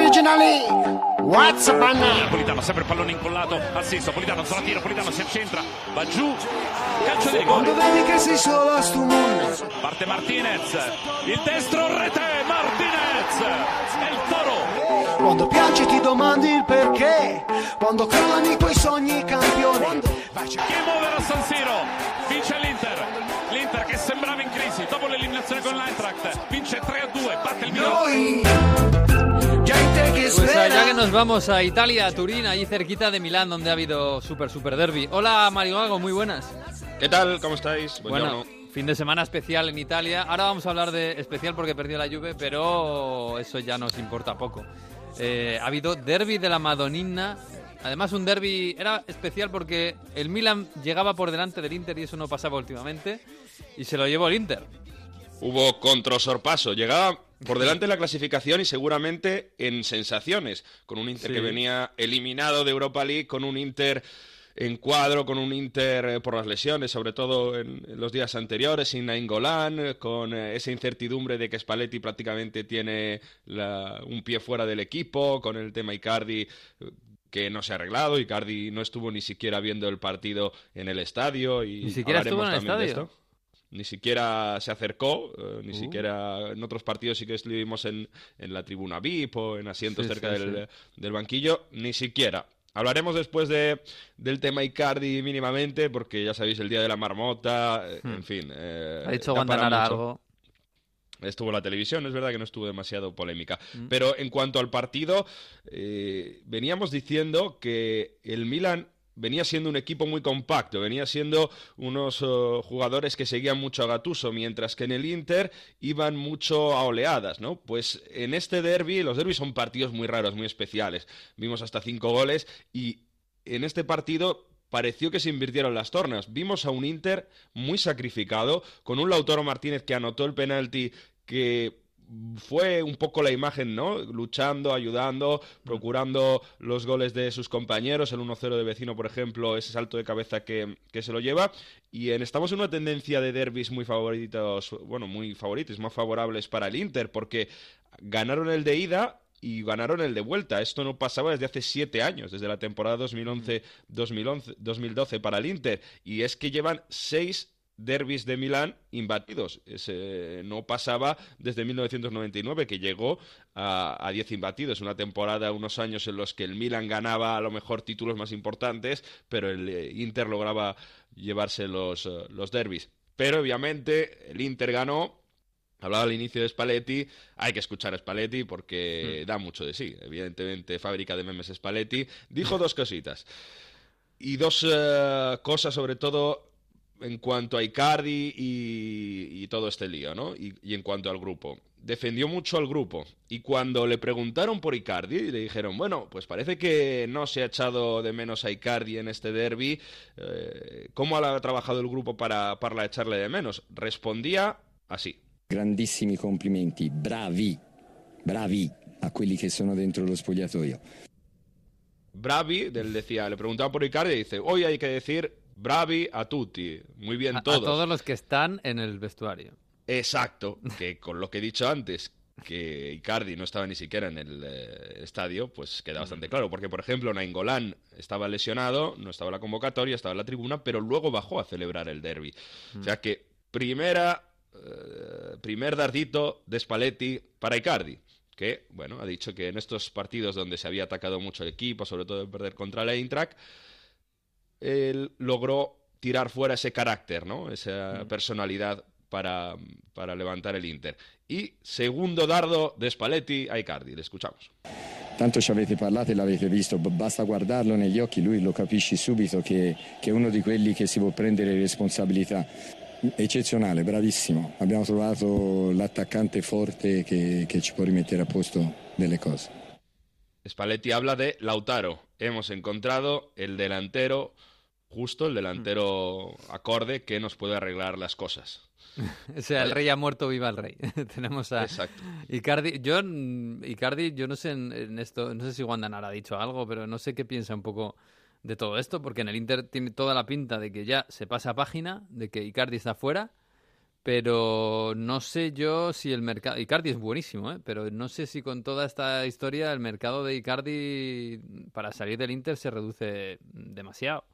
originally. What's up, Anna? Napolitano, sempre il pallone incollato al sinistro, Napolitano, zona tiro, Napolitano si accentra, va giù, calcio di rigore. Quando vedi che sei solo a sto mondo. Parte Martinez, il destro, rete, Martinez, è il Toro. Quando piangi ti domandi il perché. Quando crollano i tuoi sogni campioni. Game over a San Siro, vince l'Inter. L'Inter che sembrava in crisi dopo l'eliminazione con l'Eintracht, vince 3-2, batte il Milan. Pues ya que nos vamos a Italia, a Turín, allí cerquita de Milán, donde ha habido super derbi. Hola, Mario Gago, muy buenas. ¿Qué tal? ¿Cómo estáis? Bueno, fin de semana especial en Italia. Ahora vamos a hablar de especial porque perdió la Juve, pero eso ya nos importa poco. Ha habido derbi de la Madonnina. Además, un derbi era especial porque el Milan llegaba por delante del Inter y eso no pasaba últimamente. Y se lo llevó el Inter. Hubo contrasorpaso. Llegaba por delante en la clasificación y seguramente en sensaciones. Con un Inter que venía eliminado de Europa League, con un Inter en cuadro, con un Inter por las lesiones, sobre todo en los días anteriores, sin Nainggolan, con esa incertidumbre de que Spalletti prácticamente tiene un pie fuera del equipo, con el tema Icardi que no se ha arreglado. Icardi no estuvo ni siquiera viendo el partido en el estadio. Y ¿Ni siquiera estuvo en el estadio? Ni siquiera se acercó, ni siquiera en otros partidos sí que estuvimos en la tribuna VIP o en asientos cerca del banquillo, ni siquiera. Hablaremos después del tema Icardi mínimamente, porque ya sabéis, el día de la marmota, en fin. Ha dicho Guantanara algo. Estuvo en la televisión, es verdad que no estuvo demasiado polémica. Pero en cuanto al partido, veníamos diciendo que el Milan venía siendo un equipo muy compacto, venía siendo unos jugadores que seguían mucho a Gattuso, mientras que en el Inter iban mucho a oleadas, ¿no? Pues en este derbi, los derbis son partidos muy raros, muy especiales. Vimos hasta 5 goles y en este partido pareció que se invirtieron las tornas. Vimos a un Inter muy sacrificado, con un Lautaro Martínez que anotó el penalti, que fue un poco la imagen, ¿no? Luchando, ayudando, procurando los goles de sus compañeros. El 1-0 de Vecino, por ejemplo, ese salto de cabeza que se lo lleva. Y estamos en una tendencia de derbis muy favoritos, bueno, muy favoritos, más favorables para el Inter, porque ganaron el de ida y ganaron el de vuelta. Esto no pasaba desde hace 7 años, desde la temporada 2011-2012 para el Inter. Y es que llevan 6 derbis de Milán imbatidos. No pasaba desde 1999, que llegó a 10 imbatidos. Una temporada, unos años en los que el Milán ganaba a lo mejor títulos más importantes, pero el Inter lograba llevarse los derbis. Pero obviamente el Inter ganó. Hablaba al inicio de Spalletti, hay que escuchar a Spalletti porque da mucho de sí. Evidentemente, fábrica de memes Spalletti. Dijo 2 cositas. Y 2 cosas sobre todo en cuanto a Icardi y todo este lío, ¿no? Y en cuanto al grupo. Defendió mucho al grupo. Y cuando le preguntaron por Icardi, le dijeron, bueno, pues parece que no se ha echado de menos a Icardi en este derbi. ¿Cómo ha trabajado el grupo para echarle de menos? Respondía así. Grandissimi complimenti, bravi a quelli che sono dentro lo spogliatoio. Bravi, él decía, le preguntaba por Icardi y dice, hoy hay que decir bravi a tutti, muy bien todos. A todos los que están en el vestuario. Exacto, que con lo que he dicho antes, que Icardi no estaba ni siquiera en el estadio, pues queda bastante claro, porque por ejemplo Nainggolan estaba lesionado, no estaba en la convocatoria, estaba en la tribuna, pero luego bajó a celebrar el derbi. O sea que primer dardito de Spalletti para Icardi, que bueno, ha dicho que en estos partidos donde se había atacado mucho el equipo, sobre todo en perder contra la Eintracht, él logró tirar fuera ese carácter, ¿no? Esa personalidad para levantar el Inter. Y segundo dardo de Spalletti a Icardi, le escuchamos. Tanto ci avete parlato e l'avete visto, basta guardarlo negli occhi, lui lo capisci subito che è uno di quelli che si può prendere responsabilità. Eccezionale, bravissimo. Abbiamo trovato l'attaccante forte che ci può rimettere a posto delle cose. Spalletti habla de Lautaro. Hemos encontrado el delantero justo, el delantero acorde que nos puede arreglar las cosas. O sea, ¿vale? El rey ha muerto, viva el rey. Tenemos a Exacto. Icardi. Yo no sé en esto, no sé si Guandanara ha dicho algo, pero no sé qué piensa un poco de todo esto, porque en el Inter tiene toda la pinta de que ya se pasa página, de que Icardi está fuera, pero no sé yo si el mercado... Icardi es buenísimo, pero no sé si con toda esta historia el mercado de Icardi para salir del Inter se reduce demasiado.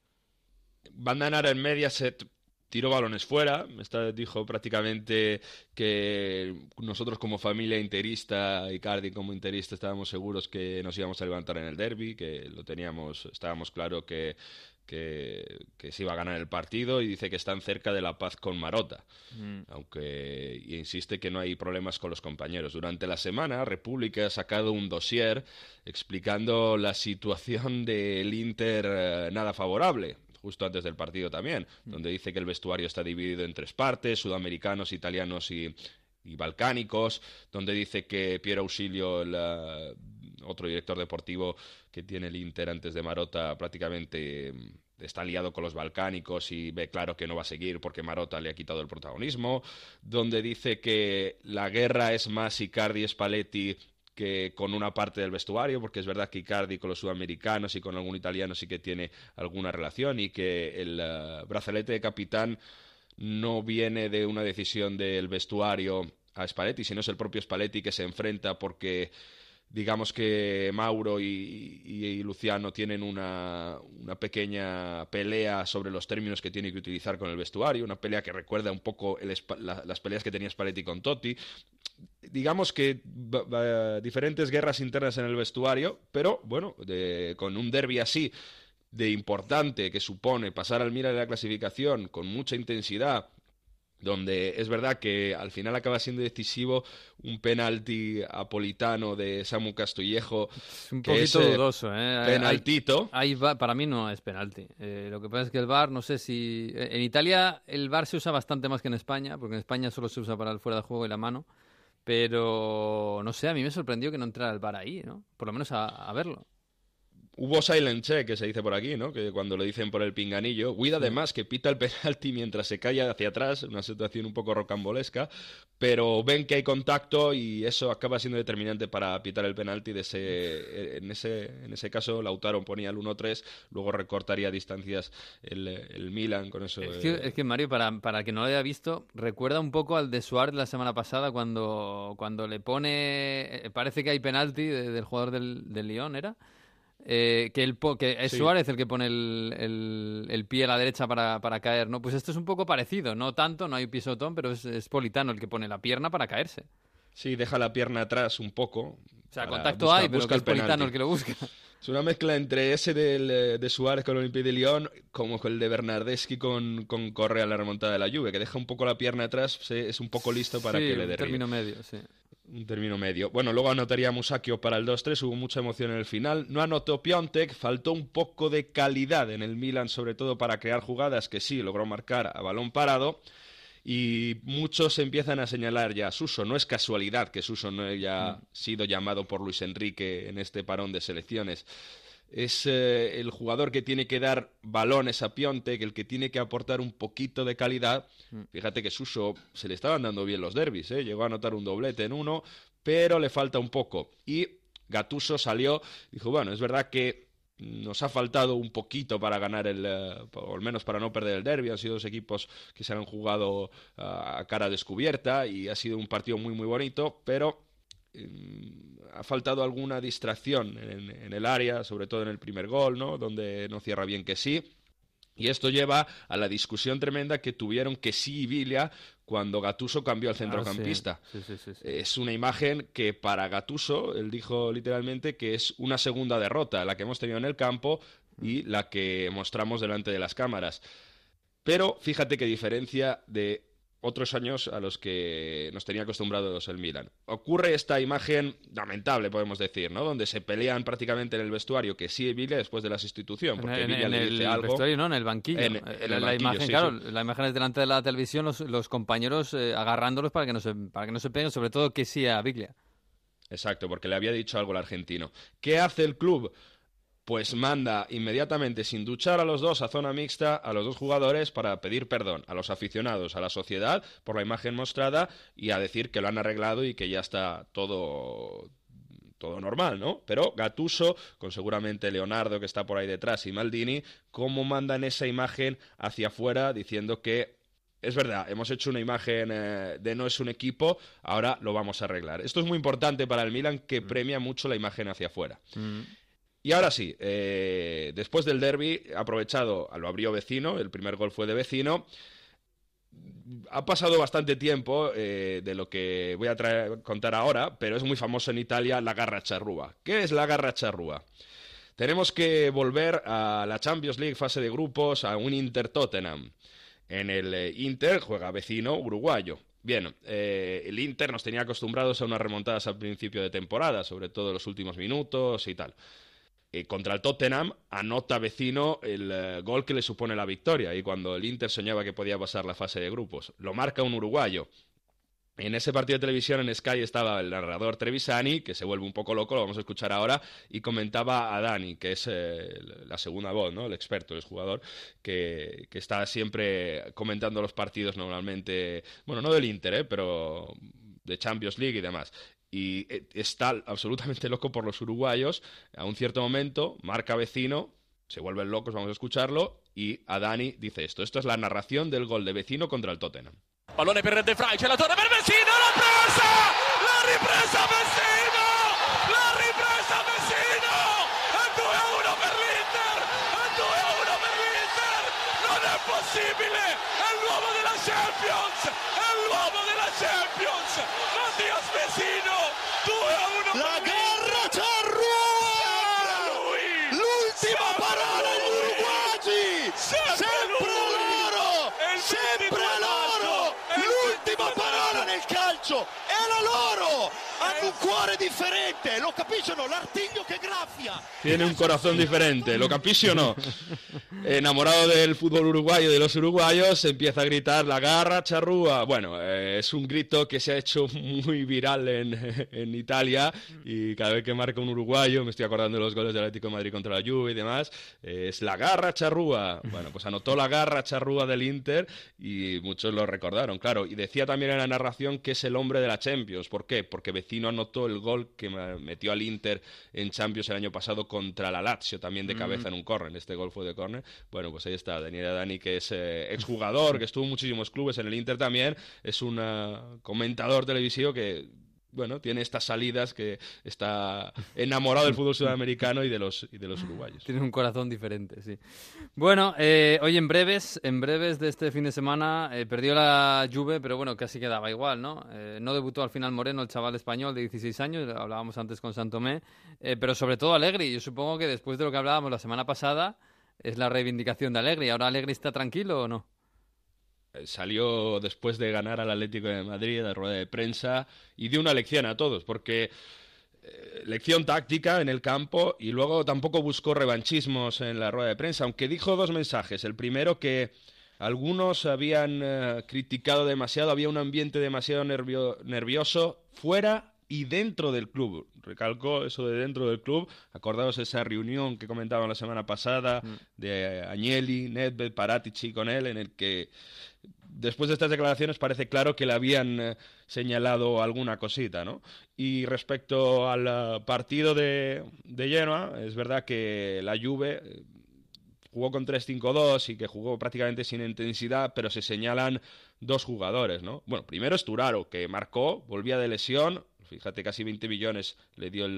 Banda Nara en Mediaset tiró balones fuera. Dijo prácticamente que nosotros como familia interista, Icardi como interista, estábamos seguros que nos íbamos a levantar en el derbi, que estábamos claros que se iba a ganar el partido, y dice que están cerca de la paz con Marotta, aunque insiste que no hay problemas con los compañeros. Durante la semana, República ha sacado un dossier explicando la situación del Inter nada favorable, justo antes del partido también, donde dice que el vestuario está dividido en 3 partes, sudamericanos, italianos y balcánicos, donde dice que Piero Ausilio, otro director deportivo que tiene el Inter antes de Marotta, prácticamente está liado con los balcánicos y ve claro que no va a seguir porque Marotta le ha quitado el protagonismo, donde dice que la guerra es más Icardi y Spalletti que con una parte del vestuario, porque es verdad que Icardi con los sudamericanos y con algún italiano sí que tiene alguna relación, y que el brazalete de capitán no viene de una decisión del vestuario a Spalletti, sino es el propio Spalletti que se enfrenta porque digamos que Mauro y Luciano tienen una pequeña pelea sobre los términos que tiene que utilizar con el vestuario, una pelea que recuerda un poco las peleas que tenía Spalletti con Totti. Digamos que diferentes guerras internas en el vestuario, pero bueno, con un derbi así de importante que supone pasar al Milan de la clasificación con mucha intensidad, donde es verdad que al final acaba siendo decisivo un penalti apolitano de Samu Castillejo. Es un poquito dudoso, penaltito. Para mí no es penalti. Lo que pasa es que el VAR, no sé si... En Italia el VAR se usa bastante más que en España, porque en España solo se usa para el fuera de juego y la mano. Pero, no sé, a mí me sorprendió que no entrara el VAR ahí, ¿no? Por lo menos a verlo. Hubo silent check, que se dice por aquí, ¿no? Que cuando lo dicen por el pinganillo. Guida, además, que pita el penalti mientras se cae hacia atrás, una situación un poco rocambolesca, pero ven que hay contacto y eso acaba siendo determinante para pitar el penalti. En ese caso, Lautaro ponía el 1-3, luego recortaría distancias el Milan con eso. Es que Mario, para el que no lo haya visto, recuerda un poco al de Suárez la semana pasada cuando le pone... Parece que hay penalti del jugador del Lyon, ¿era? Que es sí. Suárez el que pone el pie a la derecha para caer, ¿no? Pues esto es un poco parecido, no tanto, no hay pisotón, pero es Politano el que pone la pierna para caerse. Sí, deja la pierna atrás un poco. O sea, contacto hay, pero que es Politano el que lo busca. Es una mezcla entre ese de Suárez con el Olympique de Lyon como con el de Bernardeschi con Correa en la remontada de la Juve, que deja un poco la pierna atrás, es un poco listo para que le derribe. Término medio, sí. Un término medio. Bueno, luego anotaría Musacchio para el 2-3, hubo mucha emoción en el final. No anotó Piontek, faltó un poco de calidad en el Milan, sobre todo para crear jugadas, que sí, logró marcar a balón parado. Y muchos empiezan a señalar ya a Suso. No es casualidad que Suso no haya sido llamado por Luis Enrique en este parón de selecciones. Es el jugador que tiene que dar balones a Piontek, el que tiene que aportar un poquito de calidad. Fíjate que Suso se le estaban dando bien los derbis, llegó a anotar un doblete en uno, pero le falta un poco. Y Gattuso salió, dijo, bueno, es verdad que nos ha faltado un poquito para ganar o al menos para no perder el derbi. Han sido 2 equipos que se han jugado a cara descubierta y ha sido un partido muy muy bonito, pero ha faltado alguna distracción en el área, sobre todo en el primer gol, ¿no? Donde no cierra bien que sí. Y esto lleva a la discusión tremenda que tuvieron que sí y Villa cuando Gattuso cambió al centrocampista. Sí. Es una imagen que para Gattuso, él dijo literalmente que es una segunda derrota, la que hemos tenido en el campo y la que mostramos delante de las cámaras. Pero fíjate qué diferencia de otros años a los que nos tenía acostumbrados el Milan. Ocurre esta imagen lamentable, podemos decir, ¿no? Donde se pelean prácticamente en el vestuario, que sí Villa después de la sustitución, porque Villa le dice algo. En el vestuario, no, en el banquillo. En el la banquillo, imagen, sí, claro, sí. La imagen es delante de la televisión, los compañeros agarrándolos para que no se peguen, sobre todo que sí a Biglia. Exacto, porque le había dicho algo al argentino. ¿Qué hace el club? Pues manda inmediatamente, sin duchar a los dos, a zona mixta, a los 2 jugadores para pedir perdón a los aficionados, a la sociedad, por la imagen mostrada y a decir que lo han arreglado y que ya está todo normal, ¿no? Pero Gattuso, con seguramente Leonardo que está por ahí detrás y Maldini, ¿cómo mandan esa imagen hacia afuera diciendo que es verdad, hemos hecho una imagen de no es un equipo, ahora lo vamos a arreglar. Esto es muy importante para el Milan, que premia mucho la imagen hacia afuera. Y ahora sí, después del derbi, aprovechado, lo abrió Vecino, el primer gol fue de Vecino. Ha pasado bastante tiempo de lo que voy a contar ahora, pero es muy famoso en Italia la garra charrúa. ¿Qué es la garra charrúa? Tenemos que volver a la Champions League, fase de grupos, a un Inter-Tottenham. En el Inter juega Vecino uruguayo. Bien, el Inter nos tenía acostumbrados a unas remontadas al principio de temporada, sobre todo en los últimos minutos y tal. Contra el Tottenham anota Vecino el gol que le supone la victoria, y cuando el Inter soñaba que podía pasar la fase de grupos, lo marca un uruguayo. En ese partido de televisión en Sky estaba el narrador Trevisani, que se vuelve un poco loco, lo vamos a escuchar ahora, y comentaba a Dani, que es la segunda voz, ¿no? El experto, el jugador, que está siempre comentando los partidos normalmente, bueno, no del Inter, pero de Champions League y demás. Y está absolutamente loco por los uruguayos. A un cierto momento marca Vecino, se vuelven locos, vamos a escucharlo, y a Dani dice esto es la narración del gol de Vecino contra el Tottenham. Pallone per De Vrij, c'è la torre per Vecino, la ripresa Vecino, la ripresa Vecino, è 2-1 per l'Inter, è 2-1 per l'Inter, non è possibile, è l'uomo della Champions, è l'uomo della Champions, Mattias Vecino, 2-1 La garra charrúa! L'ultima parola agli uruguagi! Sempre loro! Sempre loro! L'ultima parola nel calcio è la loro! Hanno un cuore differente, lo capiscono? L'artiglio che graffia. Tiene un corazón diferente, ¿lo capisci o no? Enamorado del fútbol uruguayo, de los uruguayos, empieza a gritar la garra charrúa. Bueno, es un grito que se ha hecho muy viral en Italia, y cada vez que marca un uruguayo, me estoy acordando de los goles del Atlético de Madrid contra la Juve y demás, es la garra charrúa. Bueno, pues anotó la garra charrúa del Inter y muchos lo recordaron, claro. Y decía también en la narración que es el hombre de la Champions. ¿Por qué? Porque Vecino anotó el gol que metió al Inter en Champions el año pasado contra la Lazio, también de cabeza en un córner. Este gol fue de córner. Bueno, pues ahí está Daniele Dani, que es exjugador, que estuvo en muchísimos clubes, en el Inter también, es un comentador televisivo que, bueno, tiene estas salidas, que está enamorado del fútbol sudamericano y de los uruguayos. Tiene un corazón diferente, sí. Bueno, hoy en breves de este fin de semana perdió la Juve, pero bueno, casi quedaba igual, ¿no? No debutó al final Moreno, el chaval español de 16 años, hablábamos antes con Santomé, pero sobre todo Allegri. Yo supongo que después de lo que hablábamos la semana pasada, es la reivindicación de Allegri. ¿Ahora Allegri está tranquilo o no? Salió después de ganar al Atlético de Madrid a la rueda de prensa y dio una lección a todos, porque lección táctica en el campo, y luego tampoco buscó revanchismos en la rueda de prensa, aunque dijo dos mensajes. El primero, que algunos habían criticado demasiado, había un ambiente demasiado nervioso fuera y dentro del club. Recalcó eso de dentro del club. Acordaos esa reunión que comentaban la semana pasada de Agnelli, Nedved, Paratici con él, en el que después de estas declaraciones parece claro que le habían señalado alguna cosita, ¿no? Y respecto al partido de Genoa, es verdad que la Juve jugó con 3-5-2 y que jugó prácticamente sin intensidad, pero se señalan dos jugadores, ¿no? Bueno, primero es Turaro, que marcó, volvía de lesión. Fíjate, casi 20 millones le dio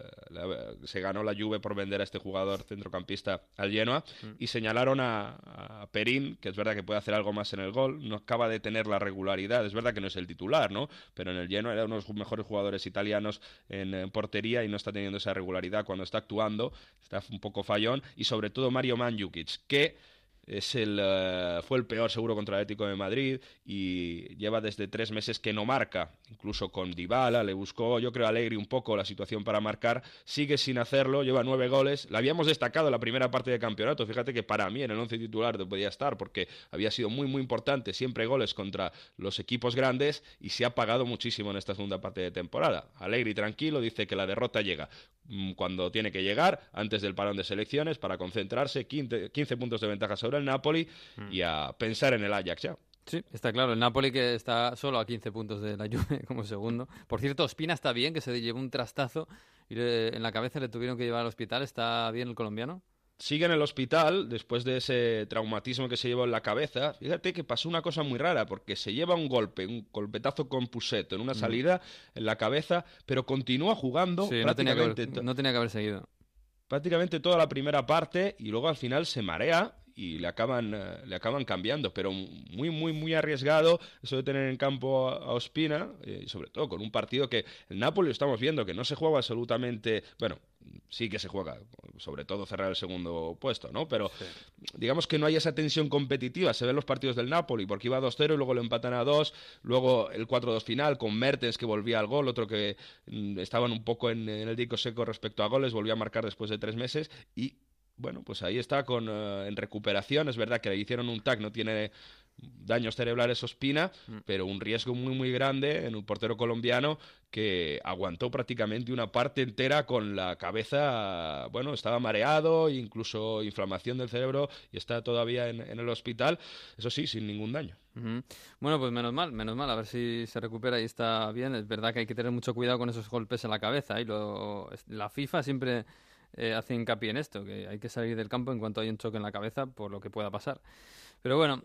se ganó la Juve por vender a este jugador centrocampista al Genoa. Y señalaron a Perín, que es verdad que puede hacer algo más en el gol, no acaba de tener la regularidad, es verdad que no es el titular, ¿no? Pero en el Genoa era uno de los mejores jugadores italianos en portería y no está teniendo esa regularidad cuando está actuando, está un poco fallón. Y sobre todo Mario Mandzukic, que fue el peor seguro contra el Atlético de Madrid y lleva desde 3 meses que no marca. Incluso con Dybala le buscó, yo creo, a Allegri un poco la situación para marcar, sigue sin hacerlo, lleva 9 goles. La habíamos destacado en la primera parte del campeonato, fíjate que para mí en el 11 titular podía estar porque había sido muy muy importante, siempre goles contra los equipos grandes, y se ha pagado muchísimo en esta segunda parte de temporada. Allegri tranquilo, dice que la derrota llega cuando tiene que llegar, antes del parón de selecciones, para concentrarse, 15 puntos de ventaja sobre el Napoli y a pensar en el Ajax ya. Sí, está claro. El Napoli, que está solo a 15 puntos de la Juve como segundo. Por cierto, Ospina está bien, que se llevó un trastazo y en la cabeza le tuvieron que llevar al hospital. ¿Está bien el colombiano? sigue en el hospital después de ese traumatismo que se llevó en la cabeza. Fíjate que pasó una cosa muy rara, porque se lleva un golpetazo con Pusetto en una salida en la cabeza, pero continúa jugando Sí, prácticamente, no tenía que haber seguido. prácticamente toda la primera parte, y luego al final se marea y le acaban cambiando, pero muy, muy, muy arriesgado eso de tener en campo a Ospina, y sobre todo con un partido que el Napoli lo estamos viendo, que no se juega absolutamente, bueno, sí que se juega, sobre todo cerrar el segundo puesto, ¿no? Pero digamos que no hay esa tensión competitiva, se ven los partidos del Napoli, porque iba 2-0 y luego lo empatan a 2, luego el 4-2 final con Mertens que volvía al gol, otro que estaban un poco en el dico seco respecto a goles, volvió a marcar después de 3 meses y bueno, pues ahí está en recuperación. Es verdad que le hicieron un TAC, no tiene daños cerebrales Ospina, pero un riesgo muy muy grande en un portero colombiano que aguantó prácticamente una parte entera con la cabeza, bueno, estaba mareado, incluso inflamación del cerebro y está todavía en el hospital, eso sí, sin ningún daño. Bueno, pues menos mal, a ver si se recupera y está bien. Es verdad que hay que tener mucho cuidado con esos golpes en la cabeza, la FIFA siempre hace hincapié en esto, que hay que salir del campo en cuanto hay un choque en la cabeza por lo que pueda pasar. Pero bueno,